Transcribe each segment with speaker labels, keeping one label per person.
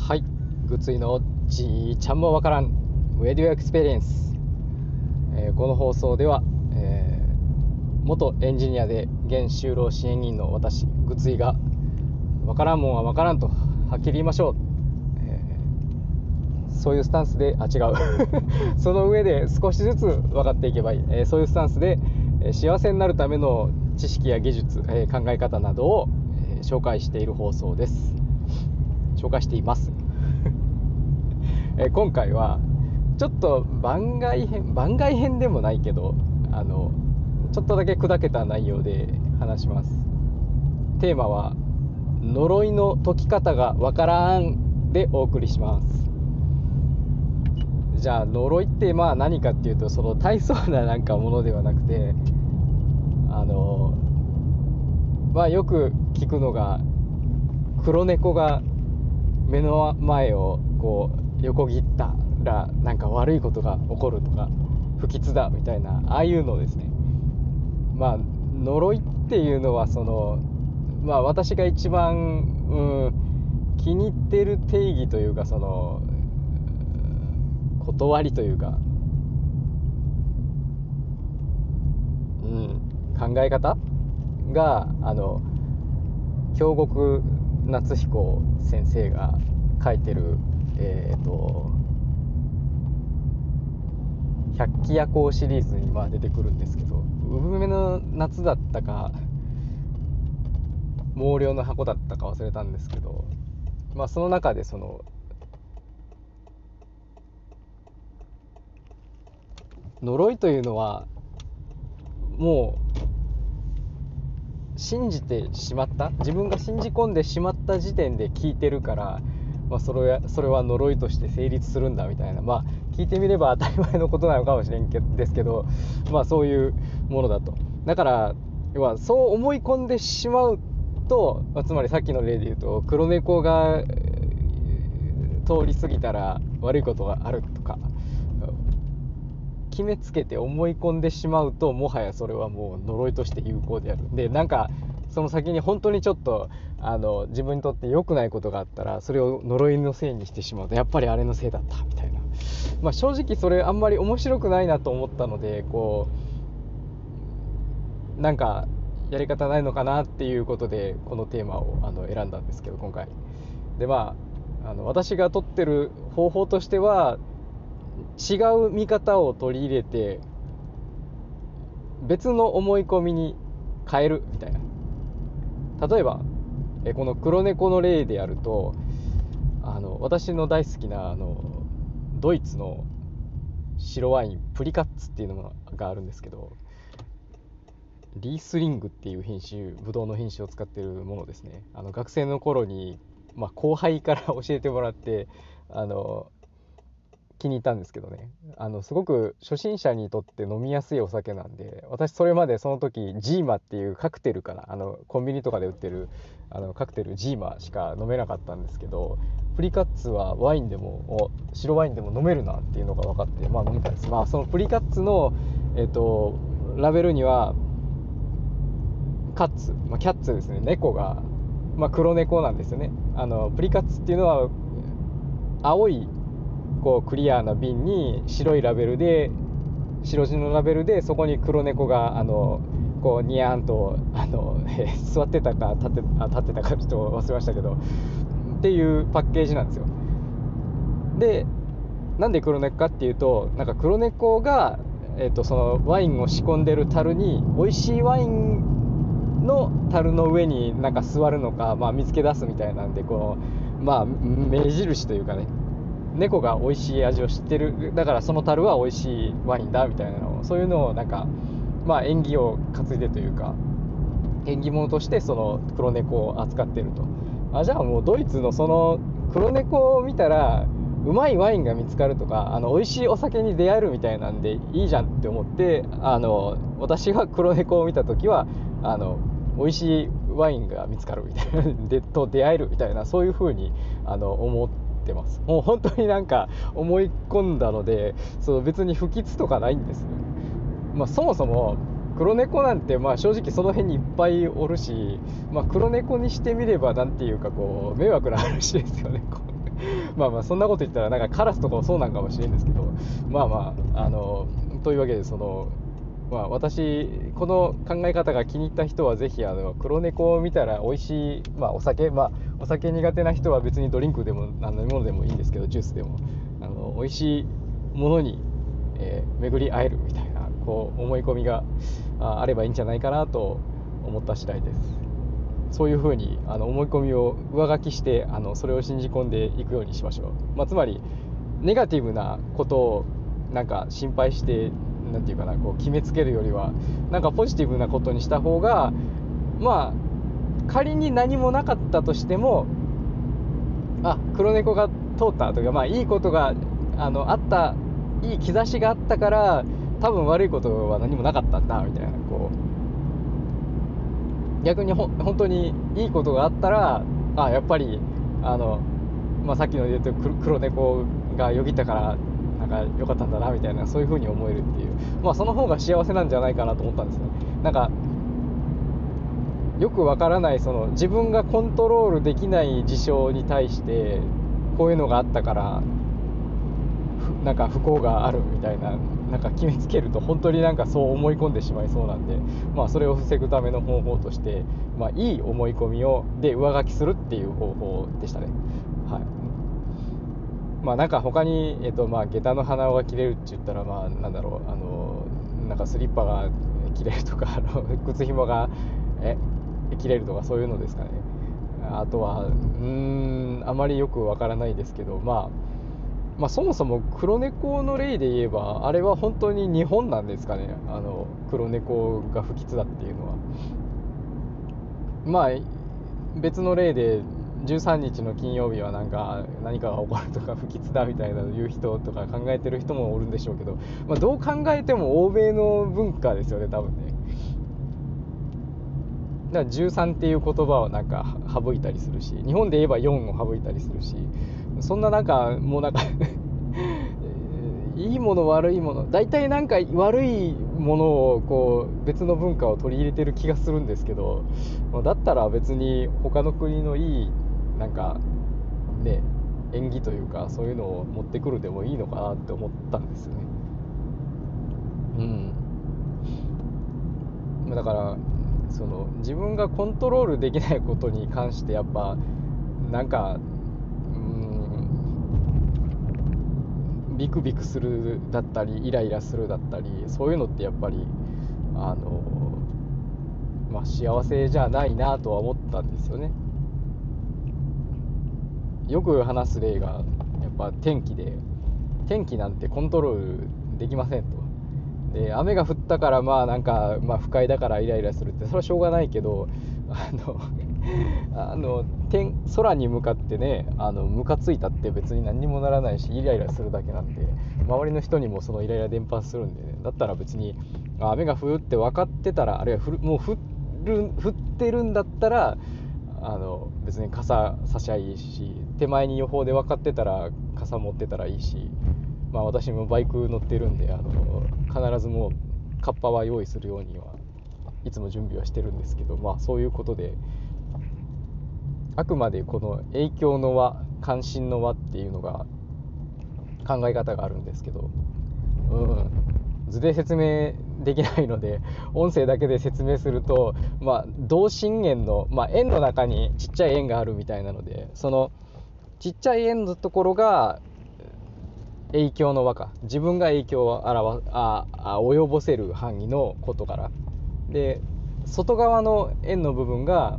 Speaker 1: はい、グツイのじいちゃんもわからんウェディオエクスペリエンス、この放送では、元エンジニアで現就労支援員の私グツイがわからんもんはわからんとはっきり言いましょう、そういうスタンスで違うその上で少しずつ分かっていけばいい、そういうスタンスで、幸せになるための知識や技術、考え方などを、紹介している放送です。紹介しています今回はちょっと番外編でもないけど、ちょっとだけ砕けた内容で話します。テーマは呪いの解き方がわからんでお送りします。じゃあ呪いって何かっていうと、その大層ななんかものではなくて、よく聞くのが、黒猫が目の前をこう横切ったらなんか悪いことが起こるとか、不吉だみたいな、ああいうのですね。呪いっていうのは私が一番、気に入ってる定義というか、その断りというか、考え方が京極夏彦先生が書いてる百鬼夜行シリーズに出てくるんですけど、産めの夏だったか毛量の箱だったか忘れたんですけど、その中でその呪いというのは、もう信じてしまった、自分が信じ込んでしまった時点で聞いてるから、それは呪いとして成立するんだみたいな、聞いてみれば当たり前のことなのかもしれんですけど、そういうものだと。だからそう思い込んでしまうと、つまりさっきの例で言うと、黒猫が通り過ぎたら悪いことがあるとか決めつけて思い込んでしまうと、もはやそれはもう呪いとして有効である。で、なんかその先に本当にちょっと自分にとって良くないことがあったら、それを呪いのせいにしてしまうと、やっぱりあれのせいだったみたいな、正直それあんまり面白くないなと思ったので、なんかやり方ないのかなっていうことで、このテーマを選んだんですけど、今回で私が取ってる方法としては、違う見方を取り入れて別の思い込みに変えるみたいな。例えばこの黒猫の例でやると、私の大好きなドイツの白ワインプリカッツっていうのがあるんですけど、リースリングっていうブドウの品種を使っているものですね。学生の頃に、後輩から教えてもらって、気に入ったんですけどね。すごく初心者にとって飲みやすいお酒なんで、私それまでその時ジーマっていうカクテルかな、コンビニとかで売ってるカクテルジーマしか飲めなかったんですけど、プリカッツはワインでも白ワインでも飲めるなっていうのが分かって、飲めたんです。そのプリカッツのラベルにはカッツ、キャッツですね、猫が、黒猫なんですよね。プリカッツっていうのは青いクリアな瓶に白いラベルで、白地のラベルで、そこに黒猫がニヤーンと座ってたか立ってたかちょっと忘れましたけど、っていうパッケージなんですよ。で、なんで黒猫かっていうと、なんか黒猫がそのワインを仕込んでる樽に、美味しいワインの樽の上になんか座るのか、見つけ出すみたいなんで、目印というかね、猫が美味しい味を知ってる、だからその樽は美味しいワインだみたいなのを、そういうのをなんか縁起を担いでというか、縁起物としてその黒猫を扱ってると。じゃあもうドイツのその黒猫を見たらうまいワインが見つかるとか、美味しいお酒に出会えるみたいなんでいいじゃんって思って、私が黒猫を見た時は美味しいワインが見つかるみたいなと出会えるみたいな、そういう風に思ってます。もう本当になんか思い込んだので、別に不吉とかないんですね。そもそも黒猫なんて正直その辺にいっぱいおるし、黒猫にしてみればなんていうか迷惑な話ですよねまあまあそんなこと言ったらなんかカラスとかもそうなんかもしれんですけど、まあまあというわけでまあ私この考え方が気に入った人はぜひ黒猫を見たら美味しい、まあお酒苦手な人は別にドリンクでも飲み物でもいいんですけど、ジュースでも美味しいものに、巡り会えるみたいなこう思い込みがあればいいんじゃないかなと思った次第です。そういうふうに思い込みを上書きしてそれを信じ込んでいくようにしましょう。まあ、つまりネガティブなことをなんか心配してなんていうかなこう決めつけるよりはなんかポジティブなことにした方が、まあ仮に何もなかったとしても黒猫が通ったとか、まあいいことがあったいい兆しがあったから多分悪いことは何もなかったんだみたいなこう逆に本当にいいことがあったらやっぱりまあ、さっきの言うと黒猫がよぎったからなんか良かったんだなみたいなそういう風に思えるっていう、まあその方が幸せなんじゃないかなと思ったんですね。なんかよくわからない自分がコントロールできない事象に対してこういうのがあったからなんか不幸があるみたいななんか決めつけると本当になんかそう思い込んでしまいそうなんで、まあそれを防ぐための方法として、まあいい思い込みで上書きするっていう方法でしたね。はい。まあなんか他にまあ下駄の鼻緒が切れるって言ったらまあなんだろうなんかスリッパが切れるとか靴紐が切れるとかそういうのですかね。あとはあまりよくわからないですけど、まあそもそも黒猫の例で言えばあれは本当に日本なんですかね。黒猫が不吉だっていうのは。まあ別の例で13日の金曜日は何かが起こるとか不吉だみたいなの言う人とか考えてる人もおるんでしょうけど、まあ、どう考えても欧米の文化ですよね多分ね。だから13っていう言葉をなんか省いたりするし、日本で言えば4を省いたりするし、そんななんかもうなんかいいもの悪いもの大体なんか悪いものをこう別の文化を取り入れてる気がするんですけど、だったら別に他の国のいいなんかね縁起というかそういうのを持ってくるでもいいのかなって思ったんですよね。だから自分がコントロールできないことに関してやっぱなんかビクビクするだったりイライラするだったりそういうのってやっぱりまあ幸せじゃないなとは思ったんですよね。よく話す例がやっぱ天気で、天気なんてコントロールできませんと。で雨が降ったからまあなんかまあ不快だからイライラするってそれはしょうがないけど空に向かってねムカついたって別に何にもならないしイライラするだけなんで周りの人にもそのイライラ伝播するんでね、だったら別に雨が降るって分かってたらあるいはもう降ってるんだったら別に傘差しゃいいし、手前に予報で分かってたら傘持ってたらいいし、まあ私もバイク乗ってるんで必ずもうカッパは用意するようにはいつも準備はしてるんですけど、まあそういうことであくまでこの影響の輪関心の輪っていうのが考え方があるんですけど、図で説明できないので音声だけで説明すると、まあ同心円の、まあ、円の中にちっちゃい円があるみたいなので、そのちっちゃい円のところが影響の輪か、自分が影響を及ぼせる範囲のことからで、外側の円の部分が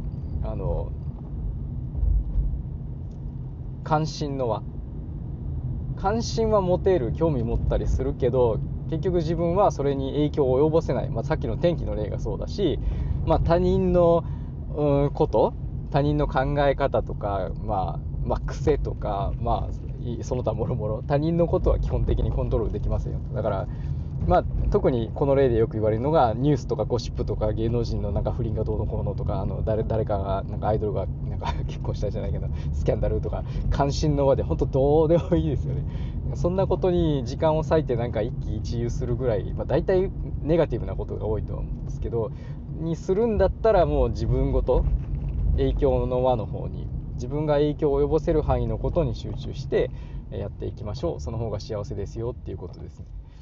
Speaker 1: 関心の輪。関心は持てる、興味持ったりするけど結局自分はそれに影響を及ぼせない、まあ、さっきの天気の例がそうだし、まあ、他人の他人の考え方とか、まあ癖とか、まあその他もろもろ他人のことは基本的にコントロールできませんよ。だからまあ特にこの例でよく言われるのがニュースとかゴシップとか芸能人のなんか不倫がどうのこうのとか誰かがなんかアイドルがなんか結婚したじゃないけどスキャンダルとか関心の輪で本当どうでもいいですよね。そんなことに時間を割いてなんか一喜一憂するぐらい、まあ、大体ネガティブなことが多いと思うんですけどにするんだったらもう自分ごと影響の輪の方に自分が影響を及ぼせる範囲のことに集中してやっていきましょう。その方が幸せですよっていうことですね。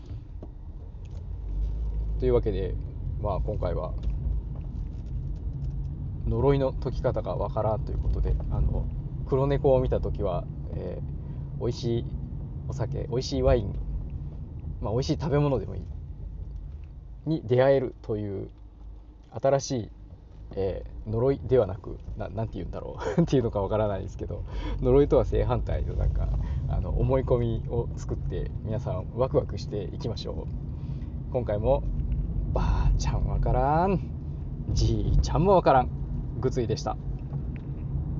Speaker 1: というわけで、今回は呪いの解き方がわからんということで、黒猫を見た時は、美味しいお酒、美味しいワイン、美味しい食べ物でもいいに出会えるという新しい、呪いではなく、なんて言うんだろうっていうのかわからないですけど、呪いとは正反対の思い込みを作って皆さんワクワクしていきましょう。今回もばあちゃんわからん、じいちゃんもわからん、ぐついでした。